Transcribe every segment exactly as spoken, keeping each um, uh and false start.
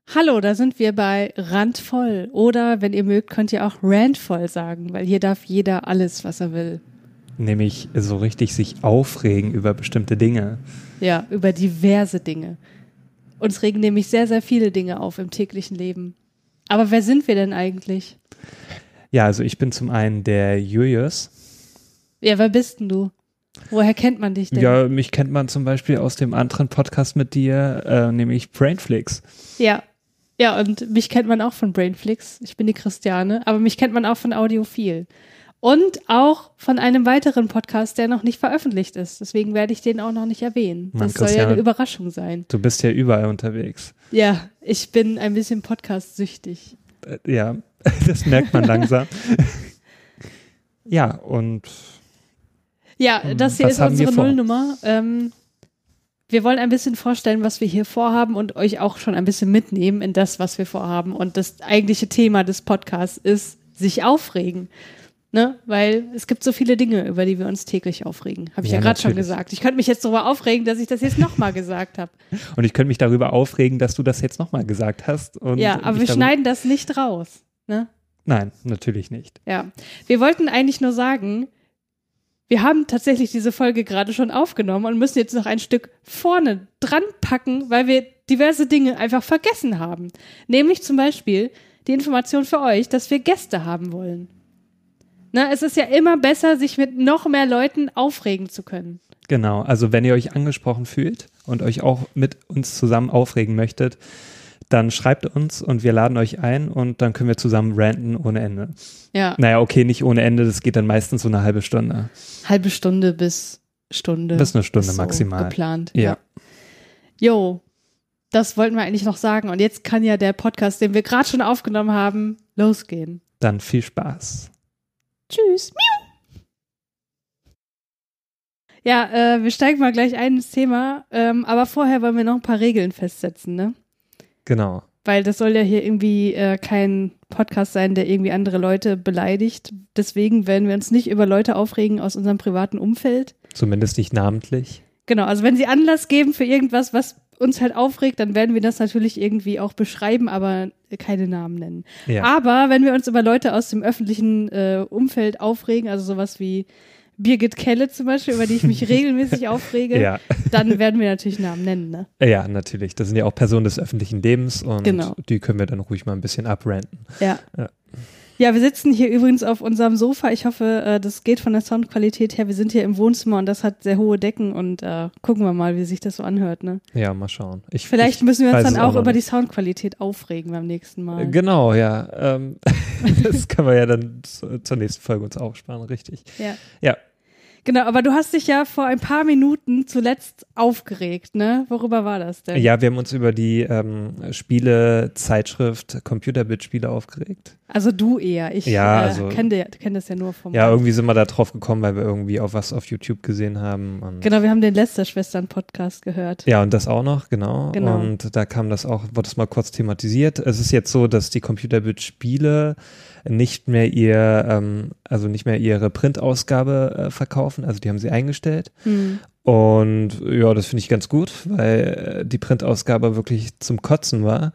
Hallo, da sind wir bei Randvoll. Oder, wenn ihr mögt, könnt ihr auch randvoll sagen, weil hier darf jeder alles, was er will. Nämlich so richtig sich aufregen über bestimmte Dinge. Ja, über diverse Dinge. Uns regen nämlich sehr, sehr viele Dinge auf im täglichen Leben. Aber wer sind wir denn eigentlich? Ja, also ich bin zum einen der Julius. Ja, wer bist denn du? Woher kennt man dich denn? Ja, mich kennt man zum Beispiel aus dem anderen Podcast mit dir, äh, nämlich Brainflix. Ja, ja, und mich kennt man auch von Brainflix. Ich bin die Christiane, aber mich kennt man auch von Audiophil. Und auch von einem weiteren Podcast, der noch nicht veröffentlicht ist. Deswegen werde ich den auch noch nicht erwähnen. Mann, das soll ja eine Überraschung sein. Du bist ja überall unterwegs. Ja, ich bin ein bisschen podcast-süchtig. Äh, ja, das merkt man langsam. Ja, und Ja, das hier was ist haben wir unsere vor? Nullnummer. Ähm, wir wollen ein bisschen vorstellen, was wir hier vorhaben und euch auch schon ein bisschen mitnehmen in das, was wir vorhaben. Und das eigentliche Thema des Podcasts ist, sich aufregen. Ne? Weil es gibt so viele Dinge, über die wir uns täglich aufregen. Habe ich ja, Ja, gerade schon natürlich. gesagt. Ich könnte mich jetzt darüber aufregen, dass ich das jetzt nochmal gesagt habe. Und ich könnte mich darüber aufregen, dass du das jetzt nochmal gesagt hast. Und Ja, aber wir darüber- schneiden das nicht raus. Ne? Nein, natürlich nicht. Ja, wir wollten eigentlich nur sagen, wir haben tatsächlich diese Folge gerade schon aufgenommen und müssen jetzt noch ein Stück vorne dran packen, weil wir diverse Dinge einfach vergessen haben. Nämlich zum Beispiel die Information für euch, dass wir Gäste haben wollen. Na, es ist ja immer besser, sich mit noch mehr Leuten aufregen zu können. Genau, also wenn ihr euch angesprochen fühlt und euch auch mit uns zusammen aufregen möchtet, dann schreibt uns und wir laden euch ein und dann können wir zusammen ranten ohne Ende. Ja, Naja, okay, nicht ohne Ende, das geht dann meistens so eine halbe Stunde. halbe Stunde bis Stunde. Bis eine Stunde ist so maximal. geplant. Ja. Jo, das wollten wir eigentlich noch sagen. Und jetzt kann ja der Podcast, den wir gerade schon aufgenommen haben, losgehen. Dann viel Spaß. Tschüss. Miau. Ja, äh, wir steigen mal gleich ein ins Thema. Ähm, aber vorher wollen wir noch ein paar Regeln festsetzen, ne? Genau. Weil das soll ja hier irgendwie äh, kein Podcast sein, der irgendwie andere Leute beleidigt. Deswegen werden wir uns nicht über Leute aufregen aus unserem privaten Umfeld. Zumindest nicht namentlich. Genau, also wenn sie Anlass geben für irgendwas, was uns halt aufregt, dann werden wir das natürlich irgendwie auch beschreiben, aber keine Namen nennen. Ja. Aber wenn wir uns über Leute aus dem öffentlichen äh, Umfeld aufregen, also sowas wie Birgit Kelle zum Beispiel, über die ich mich regelmäßig aufrege, Ja. dann werden wir natürlich Namen nennen, ne? Ja, natürlich. Das sind ja auch Personen des öffentlichen Lebens und Genau. die können wir dann ruhig mal ein bisschen abranten. Ja. Ja. Ja, wir sitzen hier übrigens auf unserem Sofa. Ich hoffe, äh, das geht von der Soundqualität her. Wir sind hier im Wohnzimmer und das hat sehr hohe Decken und äh, gucken wir mal, wie sich das so anhört, ne? Ja, mal schauen. Ich, Vielleicht ich müssen wir uns weiß dann es auch noch über die nicht. Soundqualität aufregen beim nächsten Mal. Genau, ja. Ähm, das können wir ja dann zu, zur nächsten Folge uns aufsparen, richtig. Ja. Ja. Genau, aber du hast dich ja vor ein paar Minuten zuletzt aufgeregt, ne? Worüber war das denn? Ja, wir haben uns über die ähm, Spiele-Zeitschrift Computerbit-Spiele aufgeregt. Also du eher. Ich Ja, äh, also- kenne kenn das ja nur vom Ja, irgendwie sind wir da drauf gekommen, weil wir irgendwie auf was auf YouTube gesehen haben. Und Genau, wir haben den Lester-Schwestern-Podcast gehört. Ja, und das auch noch, genau. Genau. Und da kam das auch, wurde das mal kurz thematisiert. Es ist jetzt so, dass die Computerbit-Spiele nicht mehr ihr, ähm, also nicht mehr ihre Printausgabe äh, verkaufen, also die haben sie eingestellt. Hm. Und ja, das finde ich ganz gut, weil äh, die Printausgabe wirklich zum Kotzen war.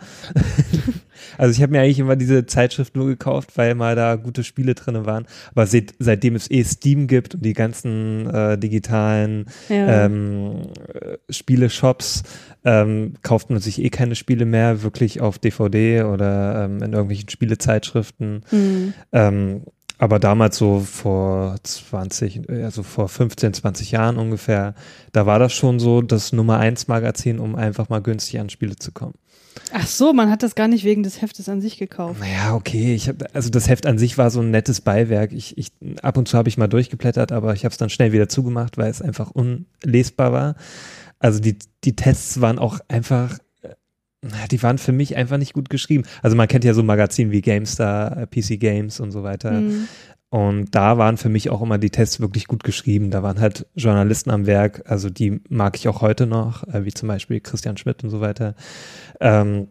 Also ich habe mir eigentlich immer diese Zeitschrift nur gekauft, weil mal da gute Spiele drin waren. Aber seit, seitdem es eh Steam gibt und die ganzen äh, digitalen Ja. ähm, äh, Spiele-Shops, ähm, kauft man sich eh keine Spiele mehr wirklich auf D V D oder ähm, in irgendwelchen Spielezeitschriften. Hm. Ähm, aber damals so vor zwanzig, also vor fünfzehn, zwanzig Jahren ungefähr, da war das schon so das Nummer eins Magazin, um einfach mal günstig an Spiele zu kommen. Ach so, man hat das gar nicht wegen des Heftes an sich gekauft. Naja, okay, ich hab, also das Heft an sich war so ein nettes Beiwerk. Ich, ich, ab und zu habe ich mal durchgeblättert, aber ich habe es dann schnell wieder zugemacht, weil es einfach unlesbar war. Also die, die Tests waren auch einfach, äh, die waren für mich einfach nicht gut geschrieben. Also man kennt ja so Magazine wie GameStar, äh, P C Games und so weiter. Hm. Und da waren für mich auch immer die Tests wirklich gut geschrieben. Da waren halt Journalisten am Werk, also die mag ich auch heute noch, äh, wie zum Beispiel Christian Schmidt und so weiter. Ähm,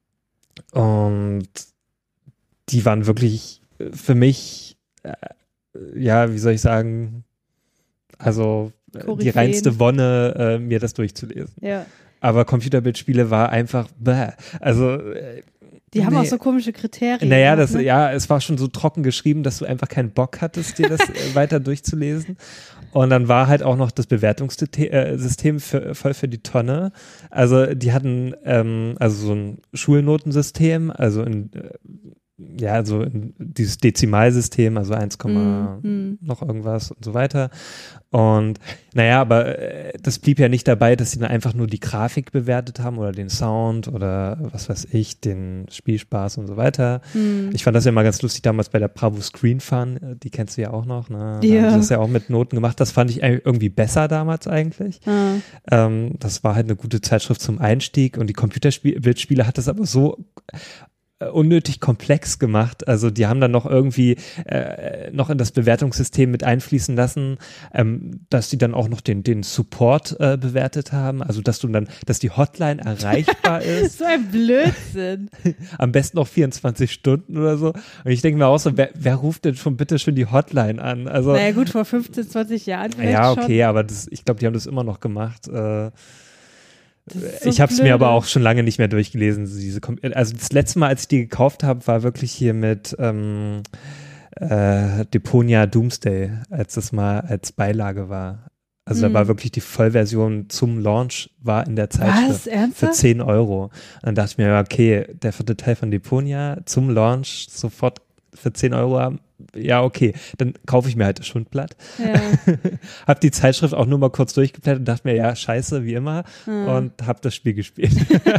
und die waren wirklich äh, für mich, äh, ja, wie soll ich sagen, also äh, die Koryphäen. reinste Wonne, äh, mir das durchzulesen. Ja. aber Computerbildspiele war einfach, bäh. Also äh, Die haben nee. auch so komische Kriterien. Naja, auch, das, ne? ja, es war schon so trocken geschrieben, dass du einfach keinen Bock hattest, dir das äh, weiter durchzulesen. Und dann war halt auch noch das Bewertungssystem für, voll für die Tonne. Also die hatten ähm, also so ein Schulnotensystem, also in, äh, ja, so in dieses Dezimalsystem, also eins, mm. noch irgendwas und so weiter. Und naja, aber äh, das blieb ja nicht dabei, dass sie dann einfach nur die Grafik bewertet haben oder den Sound oder was weiß ich, den Spielspaß und so weiter. Mm. Ich fand das ja mal ganz lustig damals bei der Bravo Screen Fun, die kennst du ja auch noch, ne? Da ja. haben sie das ja auch mit Noten gemacht. Das fand ich irgendwie besser damals eigentlich. Ah. Ähm, das war halt eine gute Zeitschrift zum Einstieg und die Computerbildspiele hat das aber so unnötig komplex gemacht. Also die haben dann noch irgendwie äh, noch in das Bewertungssystem mit einfließen lassen, ähm, dass die dann auch noch den, den Support äh, bewertet haben. Also dass du dann, dass die Hotline erreichbar ist. So ein Blödsinn. Am besten noch vierundzwanzig Stunden oder so. Und ich denke mir auch so, wer, wer ruft denn schon bitte schön die Hotline an? Also, naja gut, vor fünfzehn, zwanzig Jahren vielleicht ja, schon. okay, aber das, ich glaube, die haben das immer noch gemacht. Äh, So ich habe es blöde. mir aber auch schon lange nicht mehr durchgelesen. Diese, also das letzte Mal, als ich die gekauft habe, war wirklich hier mit ähm, äh, Deponia Doomsday, als das mal als Beilage war. Also Hm. da war wirklich die Vollversion zum Launch, war in der Zeitschrift Was? für Ernsthaft? zehn Euro. Und dann dachte ich mir, okay, der vierte Teil von Deponia zum Launch sofort für zehn Euro haben. Ja, okay, dann kaufe ich mir halt das Schundblatt. Ja. Hab die Zeitschrift auch nur mal kurz durchgeblättert und dachte mir, ja, scheiße, wie immer. Ah. Und hab das Spiel gespielt.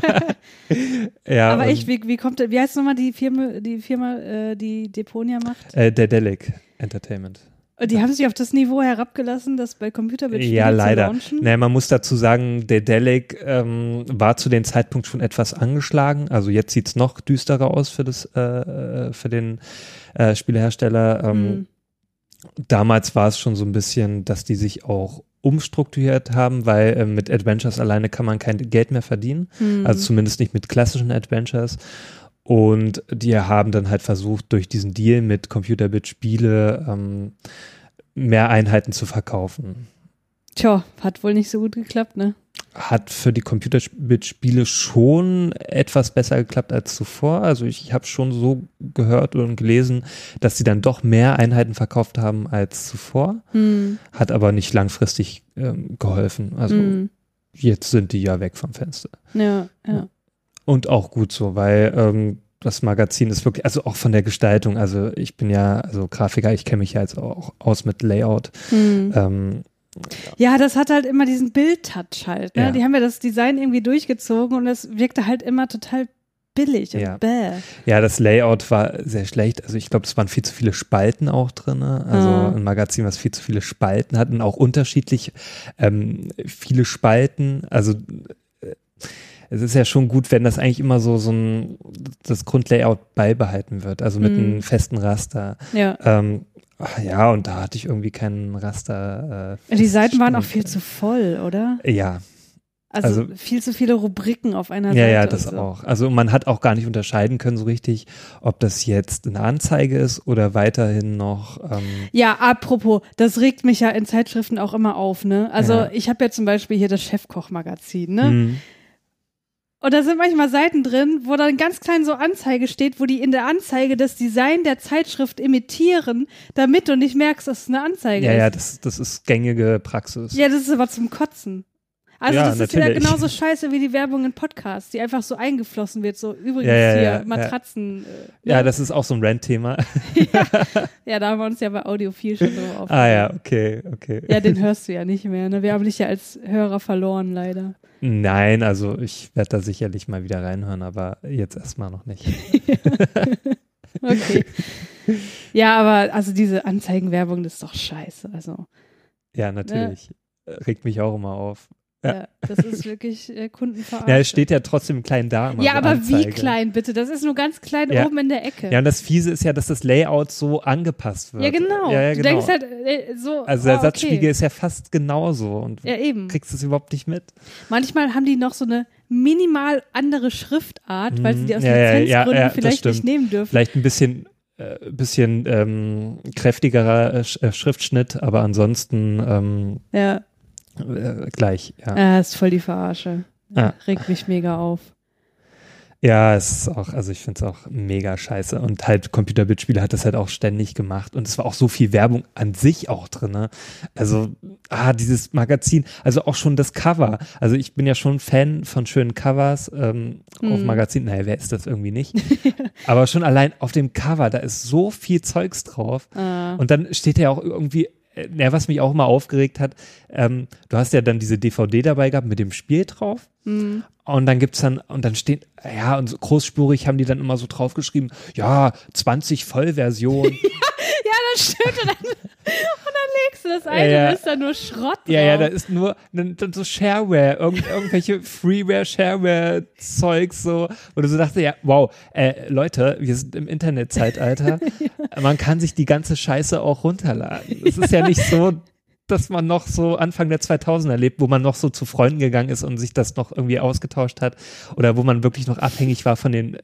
ja, Aber und, ich, wie, wie kommt, wie heißt nochmal die Firma, die Firma, äh, die Deponia macht? Äh, Daedalic Entertainment. Und die haben sich auf das Niveau herabgelassen, das bei Computerbildspielen Ja, leider. zu launchen? Naja, man muss dazu sagen, Daedalic ähm, war zu dem Zeitpunkt schon etwas angeschlagen. Also jetzt sieht's noch düsterer aus für das, äh, für den äh, Spielehersteller. Ähm, Mhm. Damals war es schon so ein bisschen, dass die sich auch umstrukturiert haben, weil äh, mit Adventures alleine kann man kein Geld mehr verdienen. Mhm. Also zumindest nicht mit klassischen Adventures. Und die haben dann halt versucht, durch diesen Deal mit Computerbit-Spiele ähm, mehr Einheiten zu verkaufen. Tja, hat wohl nicht so gut geklappt, ne? Hat für die Computerbit-Spiele schon etwas besser geklappt als zuvor. Also ich, ich habe schon so gehört und gelesen, dass sie dann doch mehr Einheiten verkauft haben als zuvor. Hm. Hat aber nicht langfristig ähm, geholfen. Also Hm. jetzt sind die ja weg vom Fenster. Ja, ja. Und auch gut so, weil ähm, das Magazin ist wirklich, also auch von der Gestaltung, also ich bin ja, also Grafiker, ich kenne mich ja jetzt auch aus mit Layout. Hm. Ähm, Ja, das hat halt immer diesen Bild-Touch halt, ne? Ja. Die haben ja das Design irgendwie durchgezogen und es wirkte halt immer total billig und Ja. bäh. ja, das Layout war sehr schlecht. Also ich glaube, es waren viel zu viele Spalten auch drin. Ne? Also Ah. ein Magazin, was viel zu viele Spalten hat und auch unterschiedlich ähm, viele Spalten. Also äh, es ist ja schon gut, wenn das eigentlich immer so, so ein, das Grundlayout beibehalten wird, also mit Mhm. einem festen Raster. Ja. Ähm, ach ja, und da hatte ich irgendwie keinen Raster. Äh, Die Seiten waren auch feststellen viel zu voll, oder? können. Ja, Also, Also- viel zu viele Rubriken auf einer ja, Seite. ja, das und so. auch. Also man hat auch gar nicht unterscheiden können so richtig, ob das jetzt eine Anzeige ist oder weiterhin noch. Ähm, Ja, apropos, das regt mich ja in Zeitschriften auch immer auf, ne? Also Ja. ich habe ja zum Beispiel hier das Chefkoch-Magazin, ne? mh, Und da sind manchmal Seiten drin, wo dann ganz klein so Anzeige steht, wo die in der Anzeige das Design der Zeitschrift imitieren, damit du nicht merkst, dass es eine Anzeige ja, ist. ja, das, das ist gängige Praxis. Ja, das ist aber zum Kotzen. Also Ja, das ist wieder natürlich. genauso scheiße wie die Werbung in Podcasts, die einfach so eingeflossen wird, so übrigens Ja, ja, hier ja, ja. Matratzen. Äh, Ja, ne? das ist auch so ein Rant-Thema. ja, da haben wir uns ja bei Audiophil schon drauf aufgenommen. ah ja, okay, okay. Ja, den hörst du ja nicht mehr, ne? Wir haben dich ja als Hörer verloren, leider. Nein, also ich werde da sicherlich mal wieder reinhören, aber jetzt erstmal noch nicht. Okay. Ja, aber also diese Anzeigenwerbung, das ist doch scheiße. Also, Ja, natürlich. Regt mich auch immer auf. Ja. ja, das ist wirklich äh, Kundenverarsche. Ja, es steht ja trotzdem klein da. Immer ja, so aber Anzeige. wie klein, bitte? Das ist nur ganz klein Ja. oben in der Ecke. Ja, und das Fiese ist ja, dass das Layout so angepasst wird. Ja, genau. Ja, ja, Du genau. denkst halt äh, so. Also der oh, Satzspiegel okay. ist ja fast genauso und Ja, eben. kriegst es überhaupt nicht mit. Manchmal haben die noch so eine minimal andere Schriftart, weil sie die aus Mhm. Ja, ja, ja, Lizenzgründen ja, das vielleicht nicht stimmt. nehmen dürfen. Vielleicht ein bisschen, äh, bisschen ähm, kräftigerer äh, Sch- äh, Schriftschnitt, aber ansonsten ähm, Ja, äh, gleich. Ja. ah, ist voll die Verarsche. Ja. Regt mich mega auf. Ja, es ist auch, also ich finde es auch mega scheiße und halt Computerbildspiele hat das halt auch ständig gemacht und es war auch so viel Werbung an sich auch drin, ne? Also, ah, dieses Magazin, also auch schon das Cover, also ich bin ja schon Fan von schönen Covers ähm, hm. auf Magazinen, naja, wer ist das irgendwie nicht, aber schon allein auf dem Cover, da ist so viel Zeugs drauf ah. und dann steht ja auch irgendwie, ja, was mich auch mal aufgeregt hat, ähm, du hast ja dann diese D V D dabei gehabt mit dem Spiel drauf. Mhm. Und dann gibt's dann, und dann steht, ja, und so großspurig haben die dann immer so draufgeschrieben, ja, zwanzig Vollversionen. ja, ja, das stimmt. Und dann, und dann legst du das ein ja, ja. und ist da nur Schrott drauf. Ja, ja, da ist nur dann, dann so Shareware, irgend, irgendwelche Freeware, Shareware-Zeugs, so, wo du so dachte, ja, wow, äh, Leute, wir sind im Internetzeitalter, ja. Man kann sich die ganze Scheiße auch runterladen. Es ist ja nicht so, dass man noch so Anfang der zweitausender lebt, wo man noch so zu Freunden gegangen ist und sich das noch irgendwie ausgetauscht hat oder wo man wirklich noch abhängig war von den äh,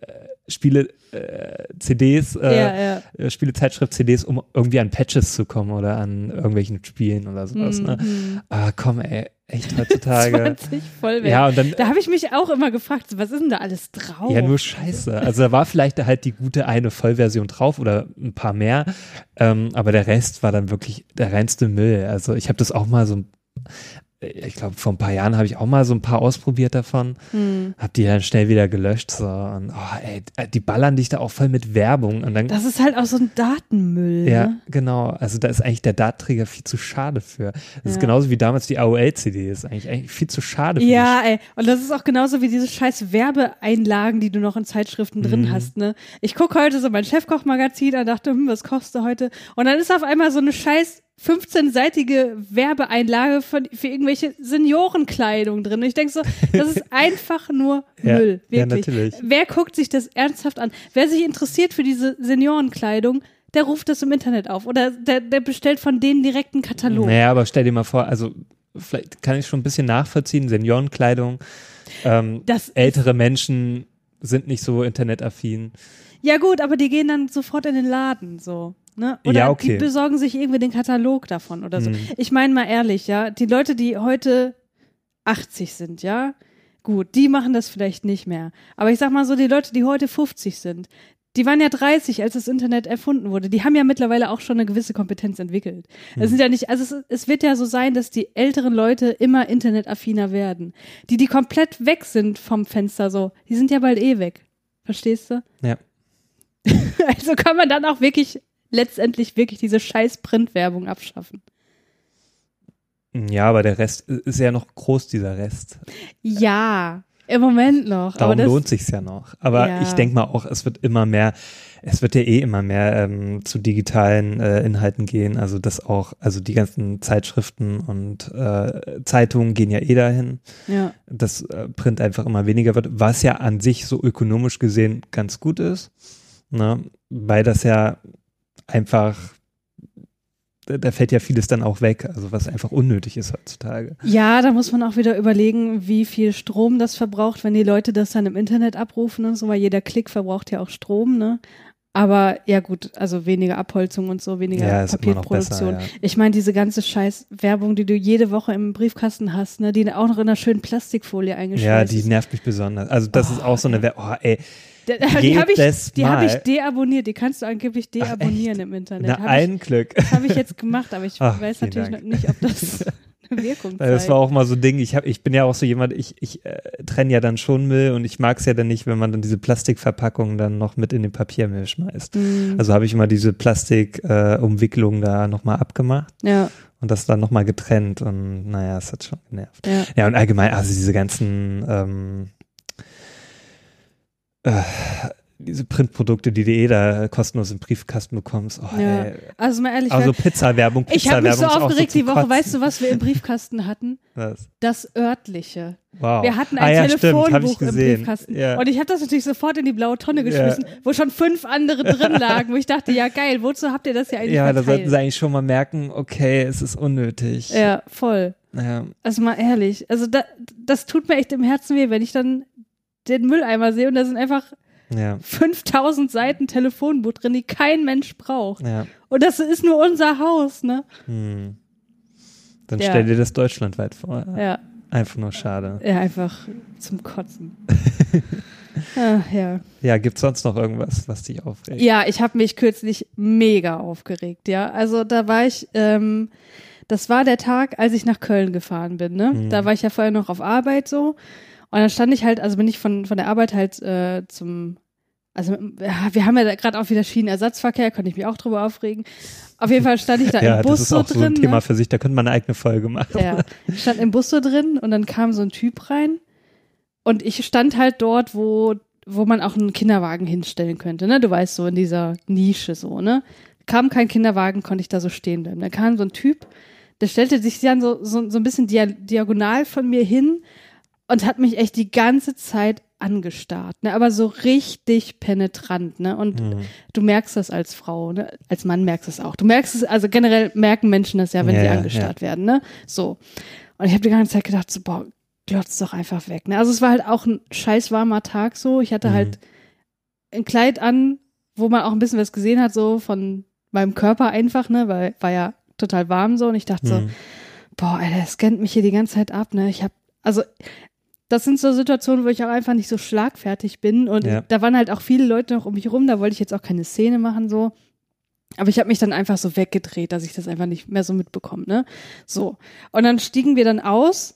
Spiele-C Ds, äh, ja, ja. Spiele-Zeitschrift-C Ds, um irgendwie an Patches zu kommen oder an irgendwelchen Spielen oder sowas. Mhm. Ne? Ah, komm, ey, echt heutzutage. zwanzig Vollwerten. Ja, und dann, da habe ich mich auch immer gefragt, was ist denn da alles drauf? Ja, nur Scheiße. Also da war vielleicht halt die gute eine Vollversion drauf oder ein paar mehr, ähm, aber der Rest war dann wirklich der reinste Müll. Also ich habe das auch mal so, ich glaube vor ein paar Jahren habe ich auch mal so ein paar ausprobiert davon, hm. habe die dann schnell wieder gelöscht so und oh, ey, die ballern dich da auch voll mit Werbung. Und dann, das ist halt auch so ein Datenmüll. Ja, ne? genau. Also da ist eigentlich der Datenträger viel zu schade für. Das ja. ist genauso wie damals die A O L-C D, ist eigentlich, eigentlich viel zu schade für. Ja, ey, und das ist auch genauso wie diese scheiß Werbeeinlagen, die du noch in Zeitschriften drin mhm. hast, ne? Ich gucke heute so mein Chefkoch-Magazin und dachte, hm, was kostet du heute? Und dann ist auf einmal so eine scheiß fünfzehn-seitige Werbeeinlage von, für irgendwelche Seniorenkleidung drin. Und ich denke so, das ist einfach nur ja, Müll, wirklich. Ja, natürlich. Wer guckt sich das ernsthaft an? Wer sich interessiert für diese Seniorenkleidung, der ruft das im Internet auf oder der, der bestellt von denen direkt einen Katalog. Naja, aber stell dir mal vor, also vielleicht kann ich schon ein bisschen nachvollziehen, Seniorenkleidung, ähm, das ältere Menschen sind nicht so internetaffin. Ja gut, aber die gehen dann sofort in den Laden, so. Ne? Oder ja, okay. die besorgen sich irgendwie den Katalog davon oder so. Hm. Ich meine mal ehrlich, ja, die Leute, die heute achtzig sind, ja, gut, die machen das vielleicht nicht mehr. Aber ich sag mal so, die Leute, die heute fünfzig sind, die waren ja dreißig, als das Internet erfunden wurde. Die haben ja mittlerweile auch schon eine gewisse Kompetenz entwickelt. Es hm. sind ja nicht, also es, es wird ja so sein, dass die älteren Leute immer internetaffiner werden. Die, die komplett weg sind vom Fenster so, die sind ja bald eh weg. Verstehst du? Ja. Also kann man dann auch wirklich letztendlich wirklich diese scheiß Printwerbung abschaffen. Ja, aber der Rest ist ja noch groß, dieser Rest. Ja, im Moment noch. Darum aber das, lohnt sich's ja noch. Aber ja. Ich denke mal auch, es wird immer mehr, es wird ja eh immer mehr ähm, zu digitalen äh, Inhalten gehen. Also das auch, also die ganzen Zeitschriften und äh, Zeitungen gehen ja eh dahin. Ja. Dass äh, Print einfach immer weniger wird, was ja an sich so ökonomisch gesehen ganz gut ist. Ne? Weil das ja einfach, da fällt ja vieles dann auch weg, also was einfach unnötig ist heutzutage. Ja, da muss man auch wieder überlegen, wie viel Strom das verbraucht, wenn die Leute das dann im Internet abrufen und so, weil jeder Klick verbraucht ja auch Strom, ne? Aber ja gut, also weniger Abholzung und so, weniger ja, Papierproduktion. Besser, ja. Ich meine, diese ganze scheiß Werbung, die du jede Woche im Briefkasten hast, ne, die auch noch in einer schönen Plastikfolie eingeschweißt Ja, ist. die nervt mich besonders. Also das oh, ist auch so eine Werbung, oh ey, die habe ich, die hab ich deabonniert, die kannst du angeblich deabonnieren Ach, im Internet. Na, ein ich, Glück. Das habe ich jetzt gemacht, aber ich Ach, weiß natürlich Dank. noch nicht, ob das eine Wirkung zeigt. Das war auch mal so ein Ding, ich, hab, ich bin ja auch so jemand, ich, ich äh, trenne ja dann schon Müll und ich mag es ja dann nicht, wenn man dann diese Plastikverpackung dann noch mit in den Papiermüll schmeißt. Mhm. Also habe ich immer diese Plastikumwicklung äh, da nochmal abgemacht. Ja. Und das dann nochmal getrennt und naja, es hat schon genervt. Ja. ja, und allgemein, also diese ganzen ähm, äh, diese Printprodukte, die du eh da kostenlos im Briefkasten bekommst. Oh, ja. ey. Also mal ehrlich. Also Pizza-Werbung, Pizza-Werbung. Ich habe mich so aufgeregt so die Woche. kotzen. Weißt du, was wir im Briefkasten hatten? Was? Das örtliche. Wow. Wir hatten ah, ein ja, Telefonbuch stimmt, im Briefkasten. Ja. Und ich habe das natürlich sofort in die blaue Tonne geschmissen, ja. wo schon fünf andere drin lagen, wo ich dachte, ja geil, wozu habt ihr das ja eigentlich Ja, verteilt? da sollten sie eigentlich schon mal merken, okay, es ist unnötig. Ja, voll. Ja. Also mal ehrlich. Also da, das tut mir echt im Herzen weh, wenn ich dann den Mülleimer sehe und da sind einfach Ja. fünftausend Seiten Telefonbuch drin, die kein Mensch braucht. Ja. Und das ist nur unser Haus, ne? Hm. Dann ja. stell dir das deutschlandweit vor. Ja, Einfach nur schade. Ja, einfach zum Kotzen. ah, ja. Ja, gibt's sonst noch irgendwas, was dich aufregt? Ja, ich habe mich kürzlich mega aufgeregt, ja. Also da war ich, ähm, das war der Tag, als ich nach Köln gefahren bin, ne? Mhm. Da war ich ja vorher noch auf Arbeit so. Und dann stand ich halt, also bin ich von, von der Arbeit halt äh, zum, also ja, wir haben ja gerade auch wieder Schienenersatzverkehr, konnte ich mich auch drüber aufregen. Auf jeden Fall stand ich da ja, im Bus so drin. Ja, das ist auch so ein Thema ne? für sich, da könnte man eine eigene Folge machen. Ja, ich stand im Bus so drin und dann kam so ein Typ rein und ich stand halt dort, wo, wo man auch einen Kinderwagen hinstellen könnte, ne? Du weißt, so in dieser Nische so, ne? Kam kein Kinderwagen, konnte ich da so stehen bleiben. Dann kam so ein Typ, der stellte sich dann so, so, so ein bisschen dia- diagonal von mir hin und hat mich echt die ganze Zeit angestarrt, ne, aber so richtig penetrant, ne, und mhm. du merkst das als Frau, ne, als Mann merkst du es auch. Du merkst es, also generell merken Menschen das ja, wenn ja, sie angestarrt ja. werden, ne, so. Und ich habe die ganze Zeit gedacht, so, boah, glotz doch einfach weg, ne. Also es war halt auch ein scheiß warmer Tag so. Ich hatte mhm. halt ein Kleid an, wo man auch ein bisschen was gesehen hat, so von meinem Körper einfach, ne, weil war ja total warm so und ich dachte mhm. so, boah, Alter, das scannt mich hier die ganze Zeit ab, ne. Ich habe, also das sind so Situationen, wo ich auch einfach nicht so schlagfertig bin und ja. da waren halt auch viele Leute noch um mich rum, da wollte ich jetzt auch keine Szene machen so, aber ich habe mich dann einfach so weggedreht, dass ich das einfach nicht mehr so mitbekomme, ne, so. Und dann stiegen wir dann aus,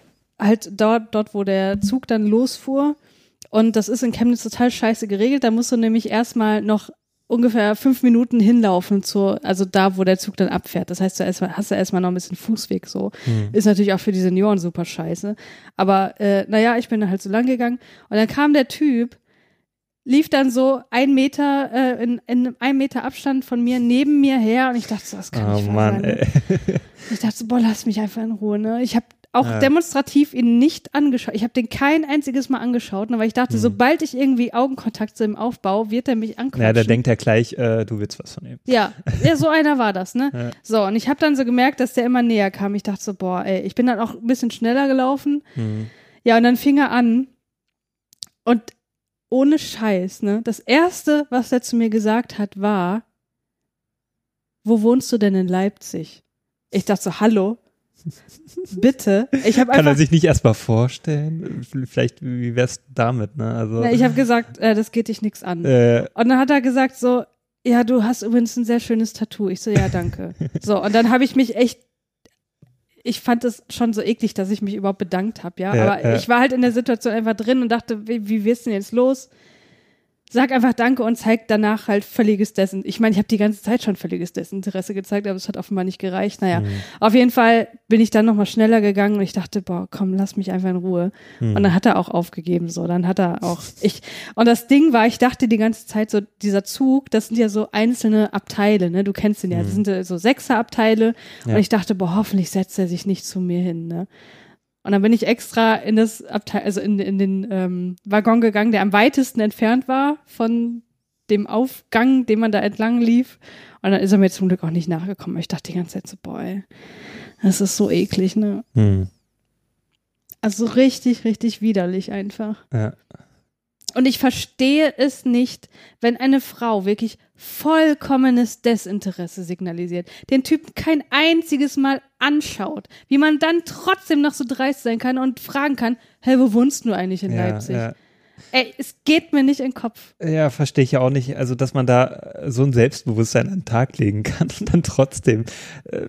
halt dort, dort, wo der Zug dann losfuhr und das ist in Chemnitz total scheiße geregelt, da musst du nämlich erstmal noch ungefähr fünf Minuten hinlaufen zur, also da, wo der Zug dann abfährt. Das heißt, du erstmal, hast du erstmal noch ein bisschen Fußweg so. Mhm. Ist natürlich auch für die Senioren super scheiße. Aber äh, naja, ich bin dann halt so lang gegangen und dann kam der Typ, lief dann so ein Meter, äh, in, in einem Meter Abstand von mir neben mir her und ich dachte so, das kann oh, nicht wahr Mann, sein. Ich dachte so, boah, lass mich einfach in Ruhe, ne? Ich habe auch ja. demonstrativ ihn nicht angeschaut. Ich habe den kein einziges Mal angeschaut, ne, weil ich dachte, hm. sobald ich irgendwie Augenkontakt zu ihm aufbaue, wird er mich anquatschen. Ja, der denkt ja gleich, äh, du willst was von ihm. Ja, ja, so einer war das, ne? Ja. So, und ich habe dann so gemerkt, dass der immer näher kam. Ich dachte so, boah, ey, ich bin dann auch ein bisschen schneller gelaufen. Hm. Ja, und dann fing er an und ohne Scheiß, ne? Das Erste, was er zu mir gesagt hat, war, wo wohnst du denn in Leipzig? Ich dachte so, hallo? Bitte. Ich hab Kann einfach, er sich nicht erstmal vorstellen? Vielleicht, wie wär's damit, ne? Also, na, ich habe gesagt, äh, das geht dich nix an. Äh, und dann hat er gesagt so, ja, du hast übrigens ein sehr schönes Tattoo. Ich so, ja, danke. So, und dann habe ich mich echt, ich fand es schon so eklig, dass ich mich überhaupt bedankt habe, ja? ja. Aber ja. ich war halt in der Situation einfach drin und dachte, wie, wie wirst du denn jetzt los? Sag einfach Danke und zeig danach halt völliges Desinteresse. Ich meine, ich habe die ganze Zeit schon völliges Desinteresse gezeigt, aber es hat offenbar nicht gereicht. Naja, mhm. auf jeden Fall bin ich dann nochmal schneller gegangen und ich dachte, boah, komm, lass mich einfach in Ruhe. Mhm. Und dann hat er auch aufgegeben, so. Dann hat er auch, ich, und das Ding war, ich dachte die ganze Zeit so, dieser Zug, das sind ja so einzelne Abteile, ne? Du kennst den ja, mhm. das sind ja so Sechser-Abteile. Ja. Und ich dachte, boah, hoffentlich setzt er sich nicht zu mir hin, ne? Und dann bin ich extra in das Abteil, also in, in den ähm, Waggon gegangen, der am weitesten entfernt war von dem Aufgang, den man da entlang lief. Und dann ist er mir zum Glück auch nicht nachgekommen. Ich dachte die ganze Zeit so, boah, das ist so eklig, ne? Hm. Also richtig, richtig widerlich einfach. Ja. Und ich verstehe es nicht, wenn eine Frau wirklich vollkommenes Desinteresse signalisiert, den Typen kein einziges Mal anschaut, wie man dann trotzdem noch so dreist sein kann und fragen kann, hey, wo wohnst du eigentlich in ja, Leipzig? Ja. Ey, es geht mir nicht in den Kopf. Ja, verstehe ich ja auch nicht, also dass man da so ein Selbstbewusstsein an den Tag legen kann und dann trotzdem äh,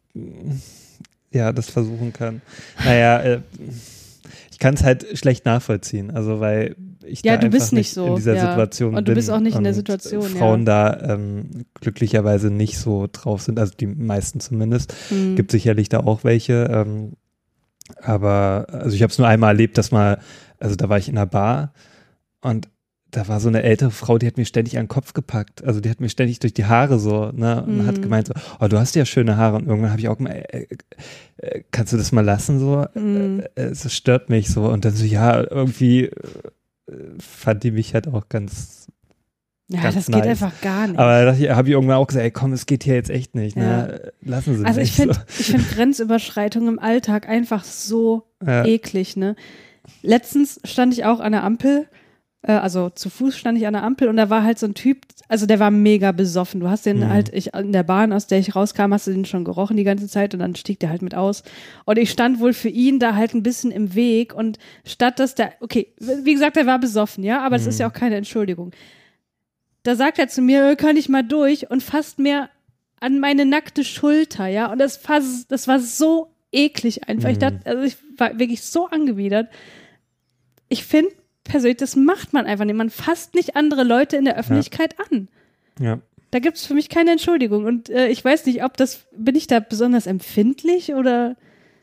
ja, das versuchen kann. Naja, äh, ich kann es halt schlecht nachvollziehen, also weil ich ja, da du einfach bist nicht so in dieser ja. Situation bin. Und du bist auch nicht in der Situation, Frauen ja. da ähm, glücklicherweise nicht so drauf sind, also die meisten zumindest. Hm. Gibt sicherlich da auch welche, ähm, aber also ich habe es nur einmal erlebt, dass mal, also da war ich in einer Bar und da war so eine ältere Frau, die hat mir ständig an den Kopf gepackt. Also die hat mir ständig durch die Haare so, ne, und mm. hat gemeint so, oh, du hast ja schöne Haare. Und irgendwann habe ich auch gemeint, äh, äh, kannst du das mal lassen so? Mm. Äh, es stört mich so. Und dann so, ja, irgendwie äh, fand die mich halt auch ganz Ja, ganz das nice. Geht einfach gar nicht. Aber da habe ich irgendwann auch gesagt, ey, komm, es geht hier jetzt echt nicht, ja. ne? Lassen Sie also mich. Ich finde so. ich find Grenzüberschreitung im Alltag einfach so ja. eklig, ne? Letztens stand ich auch an der Ampel Äh, also zu Fuß stand ich an der Ampel und da war halt so ein Typ, also der war mega besoffen. Du hast den mhm. halt, ich in der Bahn, aus der ich rauskam, hast du den schon gerochen die ganze Zeit und dann stieg der halt mit aus. Und ich stand wohl für ihn da halt ein bisschen im Weg und statt dass der, okay, wie gesagt, der war besoffen, ja, aber das mhm. ist ja auch keine Entschuldigung. Da sagt er zu mir, kann ich mal durch und fasst mir an meine nackte Schulter, ja, und das war, das war so eklig einfach. Mhm. Ich dachte, also ich war wirklich so angewidert. Ich finde persönlich, das macht man einfach nicht. Man fasst nicht andere Leute in der Öffentlichkeit ja. an. Ja. Da gibt es für mich keine Entschuldigung. Und äh, ich weiß nicht, ob das, bin ich da besonders empfindlich oder?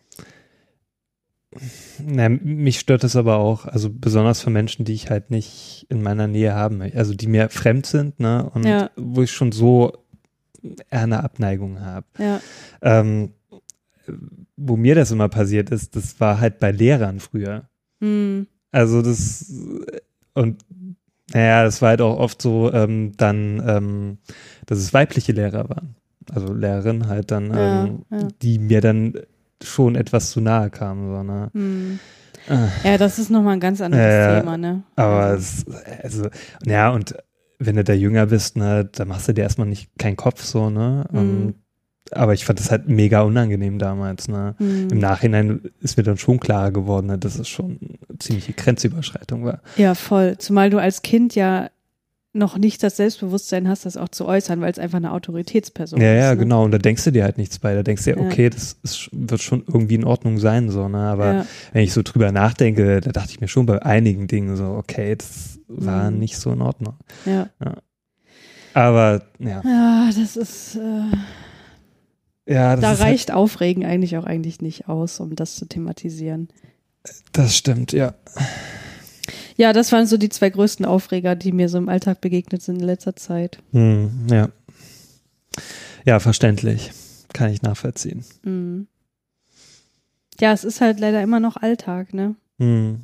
Na, mich stört das aber auch, also besonders für Menschen, die ich halt nicht in meiner Nähe haben möchte, also die mir fremd sind, ne, und ja. wo ich schon so eher eine Abneigung habe. Ja. Ähm, wo mir das immer passiert ist, das war halt bei Lehrern früher. Mhm. Also das, und naja, das war halt auch oft so ähm, dann, ähm, dass es weibliche Lehrer waren, also Lehrerinnen halt dann, ja, ähm, ja. die mir dann schon etwas zu nahe kamen. So, ne? Hm. Ja, das ist nochmal ein ganz anderes äh, Thema, ne? Aber also. es, also, ja, und wenn du da jünger bist, ne, da machst du dir erstmal nicht keinen Kopf so, ne? Hm. Um, aber ich fand das halt mega unangenehm damals, ne? Hm. Im Nachhinein ist mir dann schon klarer geworden, ne, dass es schon eine ziemliche Grenzüberschreitung war. Ja, voll. Zumal du als Kind ja noch nicht das Selbstbewusstsein hast, das auch zu äußern, weil es einfach eine Autoritätsperson ja, ist. Ja, ja, ne? genau. Und da denkst du dir halt nichts bei. Da denkst du dir, Ja. okay, das ist, wird schon irgendwie in Ordnung sein, so, ne? Aber Ja. wenn ich so drüber nachdenke, da dachte ich mir schon bei einigen Dingen so, okay, das war Mhm. nicht so in Ordnung. Ja. Ja. Aber, ja. Ja, das ist, äh, ja das da ist reicht halt Aufregen eigentlich auch eigentlich nicht aus, um das zu thematisieren. Das stimmt, ja. Ja, das waren so die zwei größten Aufreger, die mir so im Alltag begegnet sind in letzter Zeit. Hm, ja. Ja, verständlich. Kann ich nachvollziehen. Mhm. Ja, es ist halt leider immer noch Alltag, ne? Hm.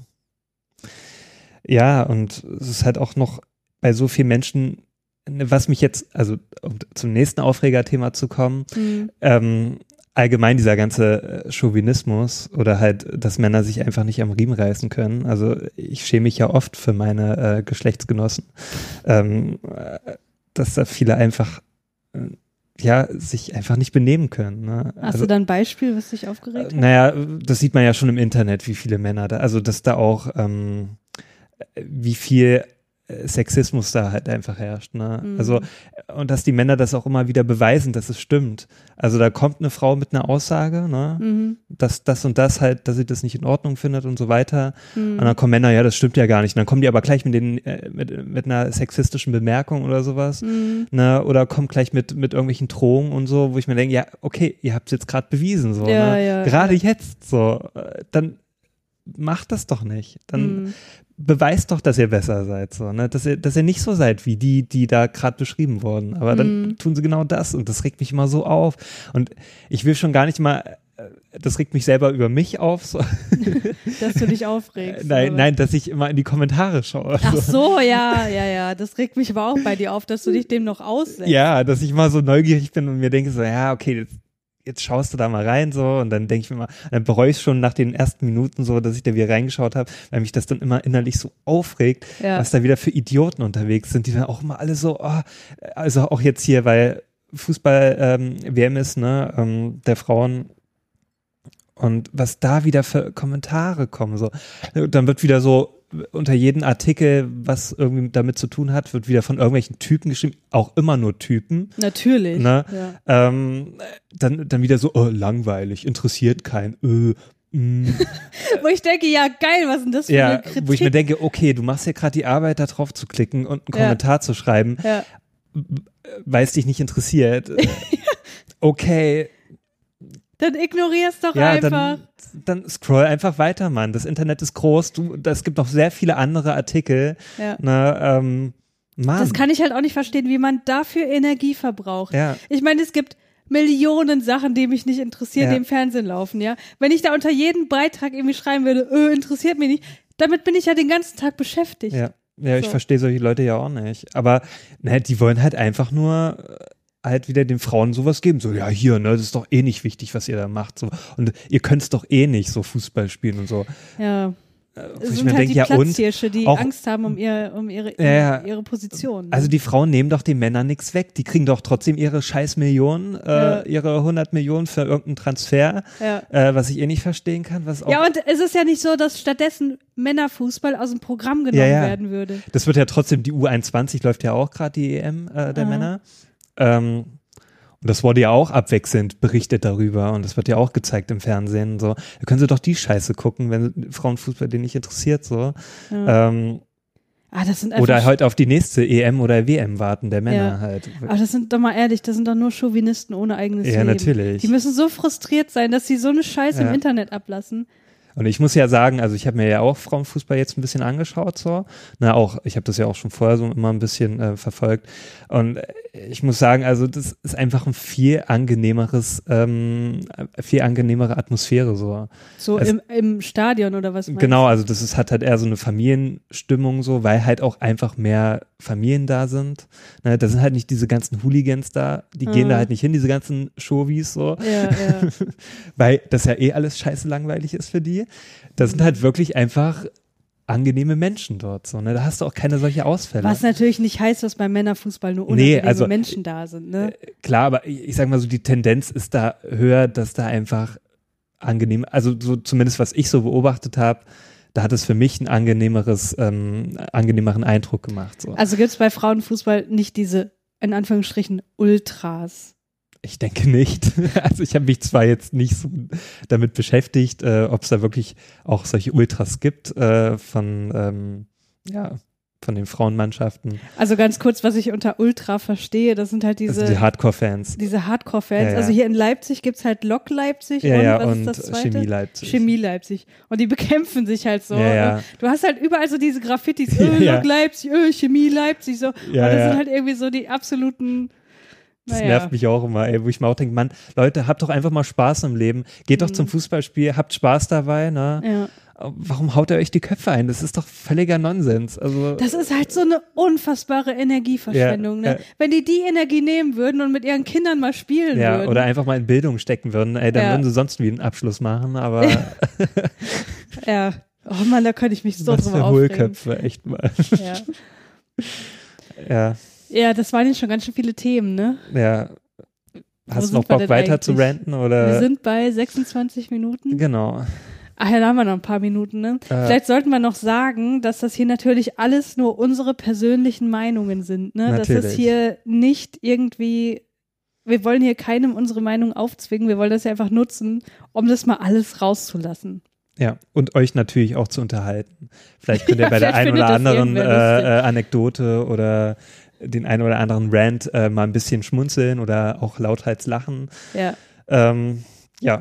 Ja, und es ist halt auch noch bei so vielen Menschen, was mich jetzt, also um zum nächsten Aufregerthema zu kommen, Mhm. ähm, allgemein dieser ganze Chauvinismus oder halt, dass Männer sich einfach nicht am Riemen reißen können. Also ich schäme mich ja oft für meine äh, Geschlechtsgenossen, ähm, dass da viele einfach äh, ja, sich einfach nicht benehmen können. Ne? Hast also, du da ein Beispiel, was dich aufgeregt hat? Naja, das sieht man ja schon im Internet, wie viele Männer da, also dass da auch ähm, wie viel Sexismus da halt einfach herrscht, ne? Mhm. Also, und dass die Männer das auch immer wieder beweisen, dass es stimmt. Also da kommt eine Frau mit einer Aussage, ne? Mhm. Dass das und das halt, dass sie das nicht in Ordnung findet und so weiter. Mhm. Und dann kommen Männer, ja, das stimmt ja gar nicht. Und dann kommen die aber gleich mit den, äh, mit, mit einer sexistischen Bemerkung oder sowas, Mhm. ne? Oder kommt gleich mit, mit irgendwelchen Drohungen und so, wo ich mir denke, ja, okay, ihr habt es jetzt gerade bewiesen, so, Ja, ne? ja, Gerade ja. jetzt, so, dann macht das doch nicht. Dann Mhm. beweist doch, dass ihr besser seid, so, ne? Dass ihr, dass ihr nicht so seid wie die, die da gerade beschrieben wurden. Aber dann Mhm. tun sie genau das und das regt mich immer so auf. Und ich will schon gar nicht mal, das regt mich selber über mich auf. So. Dass du dich aufregst. nein, oder? nein, dass ich immer in die Kommentare schaue. Ach so, ja, ja, ja. Das regt mich aber auch bei dir auf, dass du dich dem noch aussetzt. Ja, dass ich mal so neugierig bin und mir denke so, ja, okay, jetzt, jetzt schaust du da mal rein so und dann denke ich mir mal, dann bereue ich schon nach den ersten Minuten so, dass ich da wieder reingeschaut habe, weil mich das dann immer innerlich so aufregt, Ja. was da wieder für Idioten unterwegs sind, die dann auch immer alle so, oh, also auch jetzt hier, weil Fußball ähm, W M ist, ne, ähm, der Frauen und was da wieder für Kommentare kommen, so, dann wird wieder so unter jeden Artikel, was irgendwie damit zu tun hat, wird wieder von irgendwelchen Typen geschrieben, auch immer nur Typen. Natürlich. Ne? Ja. Ähm, dann, dann wieder so, oh, langweilig, interessiert keinen. Äh, mm. Wo ich denke, ja geil, was ist denn das für Ja, eine Kritik? wo ich mir denke, okay, du machst ja gerade die Arbeit, da drauf zu klicken und einen Ja. Kommentar zu schreiben, ja. weil es dich nicht interessiert. Okay, Dann ignorier's doch ja, einfach. dann, dann scroll einfach weiter, Mann. Das Internet ist groß, du, es gibt noch sehr viele andere Artikel. Ja. Ne, ähm, Mann. Das kann ich halt auch nicht verstehen, wie man dafür Energie verbraucht. Ja. Ich meine, es gibt Millionen Sachen, die mich nicht interessieren, Ja. die im Fernsehen laufen, ja. Wenn ich da unter jeden Beitrag irgendwie schreiben würde, öh, interessiert mich nicht, damit bin ich ja den ganzen Tag beschäftigt. Ja, ja ich So. verstehe solche Leute ja auch nicht. Aber ne, die wollen halt einfach nur äh, halt wieder den Frauen sowas geben. So, ja, hier, ne, das ist doch eh nicht wichtig, was ihr da macht. So. Und ihr könnt es doch eh nicht so Fußball spielen und so. Ja. Es sind halt denke, die ja, Platzhirsche, die auch, Angst haben um, ihr, um ihre, um ja, ihre Position. Ne? Also die Frauen nehmen doch den Männern nichts weg. Die kriegen doch trotzdem ihre scheiß Millionen, äh, ja. ihre hundert Millionen für irgendeinen Transfer, ja. äh, was ich eh nicht verstehen kann. Was auch ja, und es ist ja nicht so, dass stattdessen Männerfußball aus dem Programm genommen ja, ja. werden würde. Das wird ja trotzdem, die U einundzwanzig läuft ja auch gerade, die E M äh, der Aha. Männer. Ähm, Und das wurde ja auch abwechselnd berichtet darüber und das wird ja auch gezeigt im Fernsehen. So, da können sie doch die Scheiße gucken, wenn Frauenfußball den nicht interessiert. So. Ja. Ähm, ah, das sind einfach oder halt auf die nächste E M oder W M warten, der Männer ja. halt. Aber das sind doch mal ehrlich, das sind doch nur Chauvinisten ohne eigenes Ja, Leben. natürlich. Die müssen so frustriert sein, dass sie so eine Scheiße Ja. im Internet ablassen. Und ich muss ja sagen, also ich habe mir ja auch Frauenfußball jetzt ein bisschen angeschaut, so. Na, auch, ich habe das ja auch schon vorher so immer ein bisschen äh, verfolgt. Und ich muss sagen, also das ist einfach ein viel angenehmeres, ähm, viel angenehmere Atmosphäre, so. So es, im, im Stadion oder was meinst Genau, du? also das ist, hat halt eher so eine Familienstimmung, so, weil halt auch einfach mehr Familien da sind. Ne, da sind halt nicht diese ganzen Hooligans da, die Ah. gehen da halt nicht hin, diese ganzen Showies, so. Ja, ja. Weil das ja eh alles scheiße langweilig ist für die. Das sind halt wirklich einfach angenehme Menschen dort. So, ne? Da hast du auch keine solche Ausfälle. Was natürlich nicht heißt, dass beim Männerfußball nur Nee, unangenehme also, Menschen da sind. Ne? Äh, klar, aber ich, ich sag mal so, die Tendenz ist da höher, dass da einfach angenehm, also so zumindest was ich so beobachtet habe, da hat es für mich ein angenehmeres, ähm, angenehmeren Eindruck gemacht. So. Also gibt es bei Frauenfußball nicht diese, in Anführungsstrichen, Ultras. Ich denke nicht. Also ich habe mich zwar jetzt nicht so damit beschäftigt, äh, ob es da wirklich auch solche Ultras gibt äh, von, ähm, ja, von den Frauenmannschaften. Also ganz kurz, was ich unter Ultra verstehe, das sind halt diese, also die Hardcore-Fans. diese Hardcore-Fans. Ja, ja. Also hier in Leipzig gibt es halt Lok Leipzig Ja, und ja, was und ist das zweite? Chemie Leipzig. Chemie Leipzig. Und die bekämpfen sich halt so. Ja, ja. Du hast halt überall so diese Graffitis, Ja, äh, ja. Lok Leipzig, äh, Chemie Leipzig, so. Ja, und das ja. sind halt irgendwie so die absoluten. Das Naja. nervt mich auch immer, ey, wo ich mir auch denke, Mann, Leute, habt doch einfach mal Spaß im Leben. Geht doch Mhm. zum Fußballspiel, habt Spaß dabei, ne? Ja. Warum haut ihr euch die Köpfe ein? Das ist doch völliger Nonsens. Also, Das ist halt so eine unfassbare Energieverschwendung. Ja, Ne? ja. Wenn die die Energie nehmen würden und mit ihren Kindern mal spielen ja, würden. oder einfach mal in Bildung stecken würden, ey, dann Ja. würden sie sonst wie einen Abschluss machen, aber Ja. Oh Mann, da könnte ich mich so was drüber für aufregen. Hohlköpfe, echt mal. Ja. Ja, ja, das waren jetzt schon ganz schön viele Themen, ne? ja. Wo Hast du sind noch wir Bock denn weiter zu eigentlich? ranten, oder? Wir sind bei sechsundzwanzig Minuten. Genau. Ach ja, da haben wir noch ein paar Minuten, ne? Äh. Vielleicht sollten wir noch sagen, dass das hier natürlich alles nur unsere persönlichen Meinungen sind, ne? Das ist Natürlich. hier nicht irgendwie, wir wollen hier keinem unsere Meinung aufzwingen, wir wollen das ja einfach nutzen, um das mal alles rauszulassen. Ja, und euch natürlich auch zu unterhalten. Vielleicht könnt ihr Ja, bei der vielleicht einen oder findet das anderen äh, irgendwer lustig. äh, Anekdote oder den einen oder anderen Rant äh, mal ein bisschen schmunzeln oder auch lauthals lachen. Ja. Ähm, ja.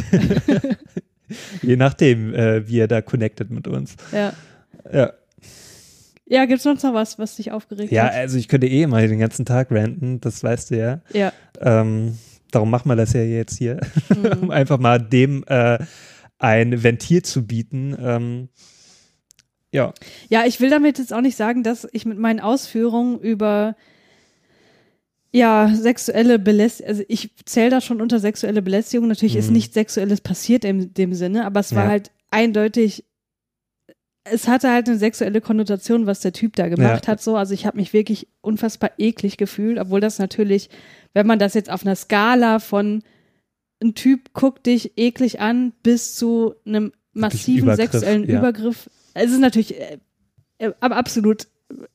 Je nachdem, äh, wie ihr da connectet mit uns. Ja. Ja. Ja, gibt's sonst noch was, was dich aufgeregt Ja, hat? also ich könnte eh mal den ganzen Tag ranten, das weißt du ja. Ja. Ähm, darum machen wir das ja jetzt hier, Mhm. um einfach mal dem äh, ein Ventil zu bieten. Ähm, ja. Ja, ich will damit jetzt auch nicht sagen, dass ich mit meinen Ausführungen über ja, sexuelle Belästigung, also ich zähle das schon unter sexuelle Belästigung, natürlich Mhm. ist nichts Sexuelles passiert in dem Sinne, aber es war Ja. halt eindeutig, es hatte halt eine sexuelle Konnotation, was der Typ da gemacht Ja. hat, so, also ich habe mich wirklich unfassbar eklig gefühlt, obwohl das natürlich, wenn man das jetzt auf einer Skala von ein Typ guckt dich eklig an bis zu einem massiven Übergriff, sexuellen ja. Übergriff, es ist natürlich äh, äh, aber absolut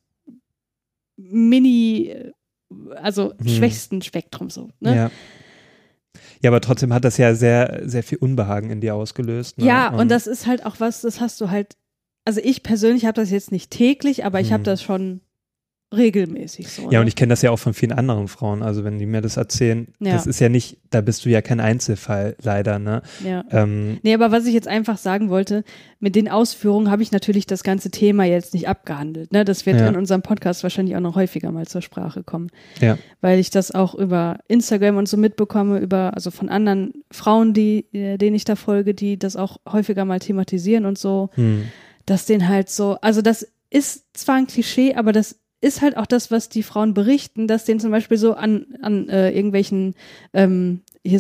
mini, äh, also Hm. schwächsten Spektrum so. Ne? Ja. Ja, aber trotzdem hat das ja sehr, sehr viel Unbehagen in dir ausgelöst. Ne? Ja, und das ist halt auch was, das hast du halt, also ich persönlich habe das jetzt nicht täglich, aber ich Hm. habe das schon regelmäßig so. Ja, ne? und ich kenne das ja auch von vielen anderen Frauen. Also wenn die mir das erzählen, Ja. das ist ja nicht, da bist du ja kein Einzelfall, leider, ne? Ja. Ähm, Nee, aber was ich jetzt einfach sagen wollte, mit den Ausführungen habe ich natürlich das ganze Thema jetzt nicht abgehandelt. Ne? Das wird Ja. in unserem Podcast wahrscheinlich auch noch häufiger mal zur Sprache kommen. Ja. Weil ich das auch über Instagram und so mitbekomme, über, also von anderen Frauen, die, äh, denen ich da folge, die das auch häufiger mal thematisieren und so, hm. dass denen halt so, also das ist zwar ein Klischee, aber das ist halt auch das, was die Frauen berichten, dass denen zum Beispiel so an, an äh, irgendwelchen, ähm, hier so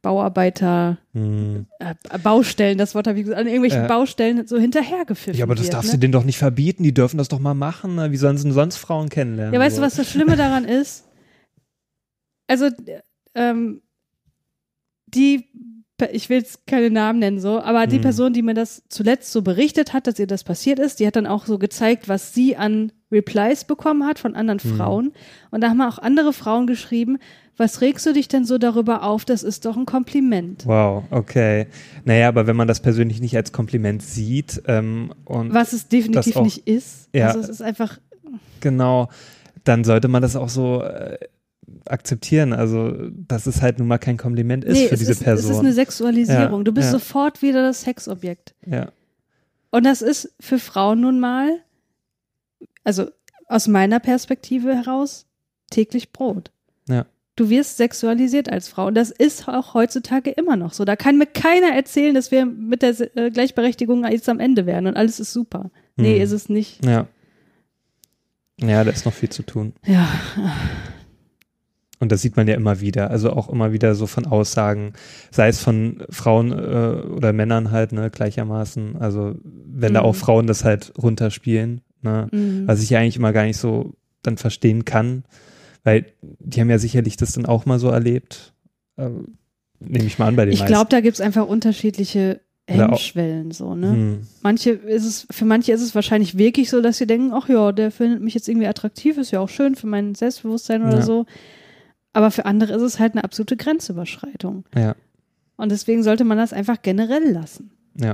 Bauarbeiter, Hm. äh, Baustellen, das Wort habe ich gesagt, an irgendwelchen Ja. Baustellen so hinterhergepfiffen Ja, aber das wird, darfst ne? du denen doch nicht verbieten, die dürfen das doch mal machen. Ne? Wie sollen sie denn sonst Frauen kennenlernen? Ja, weißt so? du, was das Schlimme daran ist? Also, ähm, die, ich will jetzt keine Namen nennen so, aber die Hm. Person, die mir das zuletzt so berichtet hat, dass ihr das passiert ist, die hat dann auch so gezeigt, was sie an Replies bekommen hat von anderen Hm. Frauen. Und da haben auch andere Frauen geschrieben, was regst du dich denn so darüber auf? Das ist doch ein Kompliment. Wow, okay. Naja, aber wenn man das persönlich nicht als Kompliment sieht ähm, und Was es definitiv das auch- nicht ist. Ja. Also es ist einfach, genau, dann sollte man das auch so äh, akzeptieren. Also, dass es halt nun mal kein Kompliment ist nee, für es diese ist, Person. es ist eine Sexualisierung. Ja, Du bist ja. sofort wieder das Sexobjekt. ja. Und das ist für Frauen nun mal, also aus meiner Perspektive heraus, täglich Brot. Ja. Du wirst sexualisiert als Frau. Und das ist auch heutzutage immer noch so. Da kann mir keiner erzählen, dass wir mit der äh, Gleichberechtigung jetzt am Ende wären und alles ist super. Nee, Hm. ist es nicht. Ja. Ja, da ist noch viel zu tun. Ja, Und das sieht man ja immer wieder. Also auch immer wieder so von Aussagen, sei es von Frauen äh, oder Männern halt, ne, gleichermaßen. Also wenn da Mhm. auch Frauen das halt runterspielen, ne, mhm. was ich ja eigentlich immer gar nicht so dann verstehen kann, weil die haben ja sicherlich das dann auch mal so erlebt. Ähm, nehme ich mal an bei den Ich meisten. glaube, da gibt es einfach unterschiedliche Oder auch- Hemmschwellen so, ne? Hm. Manche ist es, für manche ist es wahrscheinlich wirklich so, dass sie denken, ach ja, der findet mich jetzt irgendwie attraktiv, ist ja auch schön für mein Selbstbewusstsein oder Ja. so. Aber für andere ist es halt eine absolute Grenzüberschreitung. Ja, Und deswegen sollte man das einfach generell lassen. ja.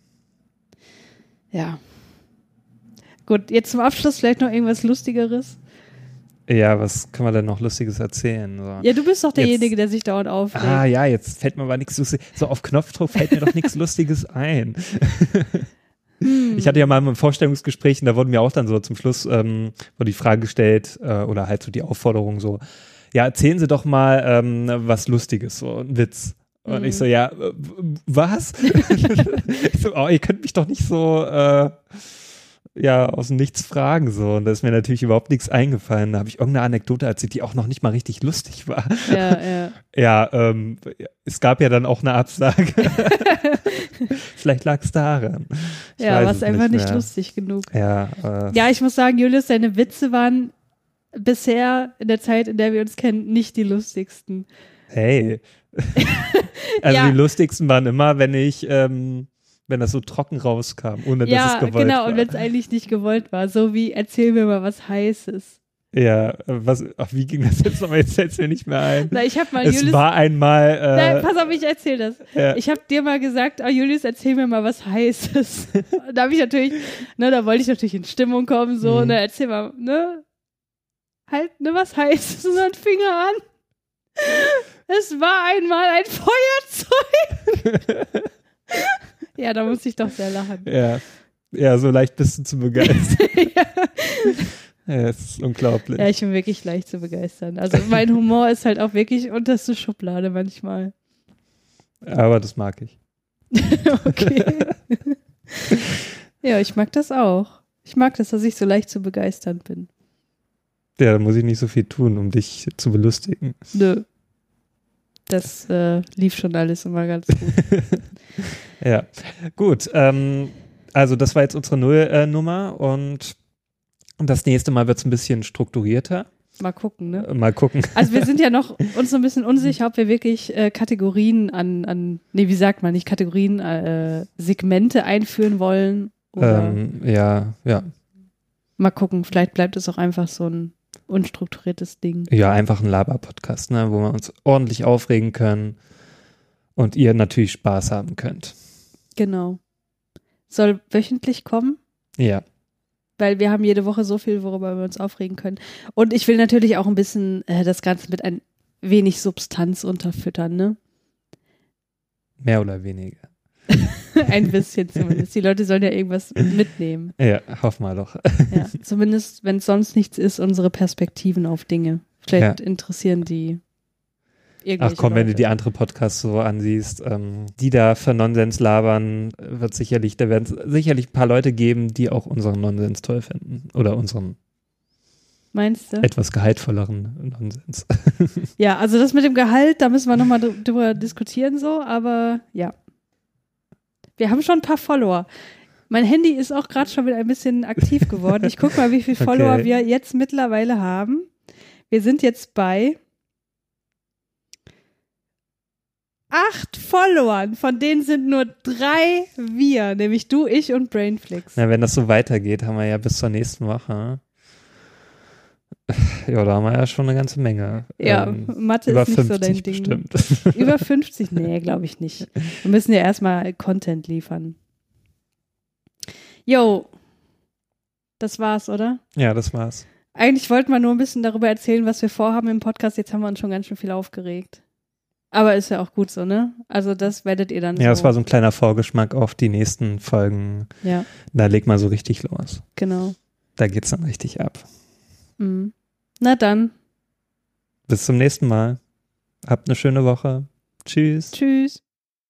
Ja. Gut, jetzt zum Abschluss vielleicht noch irgendwas Lustigeres. Ja, was können wir denn noch Lustiges erzählen? So. Ja, du bist doch derjenige, Jetzt- der sich dauernd aufregt. Ah ja, jetzt fällt mir aber nichts Lustiges. So auf Knopfdruck fällt mir doch nichts Lustiges ein. Hm. Ich hatte ja mal im Vorstellungsgespräch, und da wurden mir auch dann so zum Schluss ähm, wurde die Frage gestellt äh, oder halt so die Aufforderung so, ja, erzählen Sie doch mal ähm, was Lustiges, so ein Witz. Und Mhm. ich so, ja, äh, w- was? Ich so, oh, ihr könnt mich doch nicht so äh, ja, aus dem Nichts fragen so. Und da ist mir natürlich überhaupt nichts eingefallen. Da habe ich irgendeine Anekdote erzählt, die auch noch nicht mal richtig lustig war. Ja, ja. Ja, ähm, es gab ja dann auch eine Absage. Vielleicht lag es daran. Ich Ja, weiß war es es einfach nicht mehr. lustig genug. Ja, äh, Ja, ich muss sagen, Julius, deine Witze waren bisher in der Zeit, in der wir uns kennen, nicht die lustigsten. hey. Also Ja. die lustigsten waren immer, wenn ich, ähm, wenn das so trocken rauskam, ohne dass Ja, es gewollt genau, war. und wenn es eigentlich nicht gewollt war. So wie, erzähl mir mal was Heißes. Ja, äh, was, ach, wie ging das jetzt nochmal? Jetzt fällt es mir nicht mehr ein. Na, ich hab mal Es Julius... war einmal, äh, Nein, pass auf, ich erzähl das. ja, Ich habe dir mal gesagt, oh Julius, erzähl mir mal was Heißes. Da habe ich natürlich, ne, da wollte ich natürlich in Stimmung kommen, so, Mhm. ne, erzähl mal, ne, halt, ne, was Heißes, und dann fing er an. Es war einmal ein Feuerzeug. Ja, da musste ich doch sehr lachen. ja, ja, so leicht bist du zu begeistern. Ja. Ja, es ist unglaublich. Ja, ich bin wirklich leicht zu begeistern. Also mein Humor ist halt auch wirklich unterste Schublade manchmal. Aber das mag ich. Okay. Ja, ich mag das auch. Ich mag das, dass ich so leicht zu begeistern bin. Ja, da muss ich nicht so viel tun, um dich zu belustigen. Nö. Das äh, lief schon alles immer ganz gut. Ja, gut. Ähm, also das war jetzt unsere Nullnummer und das nächste Mal wird es ein bisschen strukturierter. Mal gucken, ne? Äh, Mal gucken. Also wir sind ja noch uns so ein bisschen unsicher, ob wir wirklich äh, Kategorien an, an, nee, wie sagt man, nicht Kategorien, äh, Segmente einführen wollen. Oder Ähm, ja, ja. mal gucken, vielleicht bleibt es auch einfach so ein unstrukturiertes Ding. Ja, einfach ein Laber-Podcast, ne, wo wir uns ordentlich aufregen können und ihr natürlich Spaß haben könnt. Genau. Soll wöchentlich kommen? Ja, Weil wir haben jede Woche so viel, worüber wir uns aufregen können. Und ich will natürlich auch ein bisschen äh, das Ganze mit ein wenig Substanz unterfüttern, ne? mehr oder weniger. Ein bisschen zumindest. Die Leute sollen ja irgendwas mitnehmen. Ja, hoffen wir doch. Ja, zumindest, wenn es sonst nichts ist, unsere Perspektiven auf Dinge. Vielleicht Ja. interessieren die Ach irgendwelche komm, wenn du Leute. die andere Podcasts so ansiehst, ähm, die da für Nonsens labern, wird sicherlich, da werden es sicherlich ein paar Leute geben, die auch unseren Nonsens toll finden. Oder unseren Meinst du? Etwas gehaltvolleren Nonsens. Ja, also das mit dem Gehalt, da müssen wir nochmal drüber diskutieren so, aber ja. Wir haben schon ein paar Follower. Mein Handy ist auch gerade schon wieder ein bisschen aktiv geworden. Ich gucke mal, wie viele Follower Okay. wir jetzt mittlerweile haben. Wir sind jetzt bei acht Followern, von denen sind nur drei wir, nämlich du, ich und Brainflix. Na, wenn das so weitergeht, haben wir ja bis zur nächsten Woche. Ja, da haben wir ja schon eine ganze Menge. Ja, Ähm, Mathe über ist nicht so fünfzig dein Ding. bestimmt. Über fünfzig? Nee, glaube ich nicht. Wir müssen ja erstmal Content liefern. Yo, das war's, oder? Ja, das war's. Eigentlich wollten wir nur ein bisschen darüber erzählen, was wir vorhaben im Podcast. Jetzt haben wir uns schon ganz schön viel aufgeregt. Aber ist ja auch gut so, ne? Also das werdet ihr dann Ja, so. das war so ein kleiner Vorgeschmack auf die nächsten Folgen. Ja, Da legt man so richtig los. genau. Da geht's dann richtig ab. Mhm. Na dann, Bis zum nächsten Mal. Habt eine schöne Woche. Tschüss. tschüss.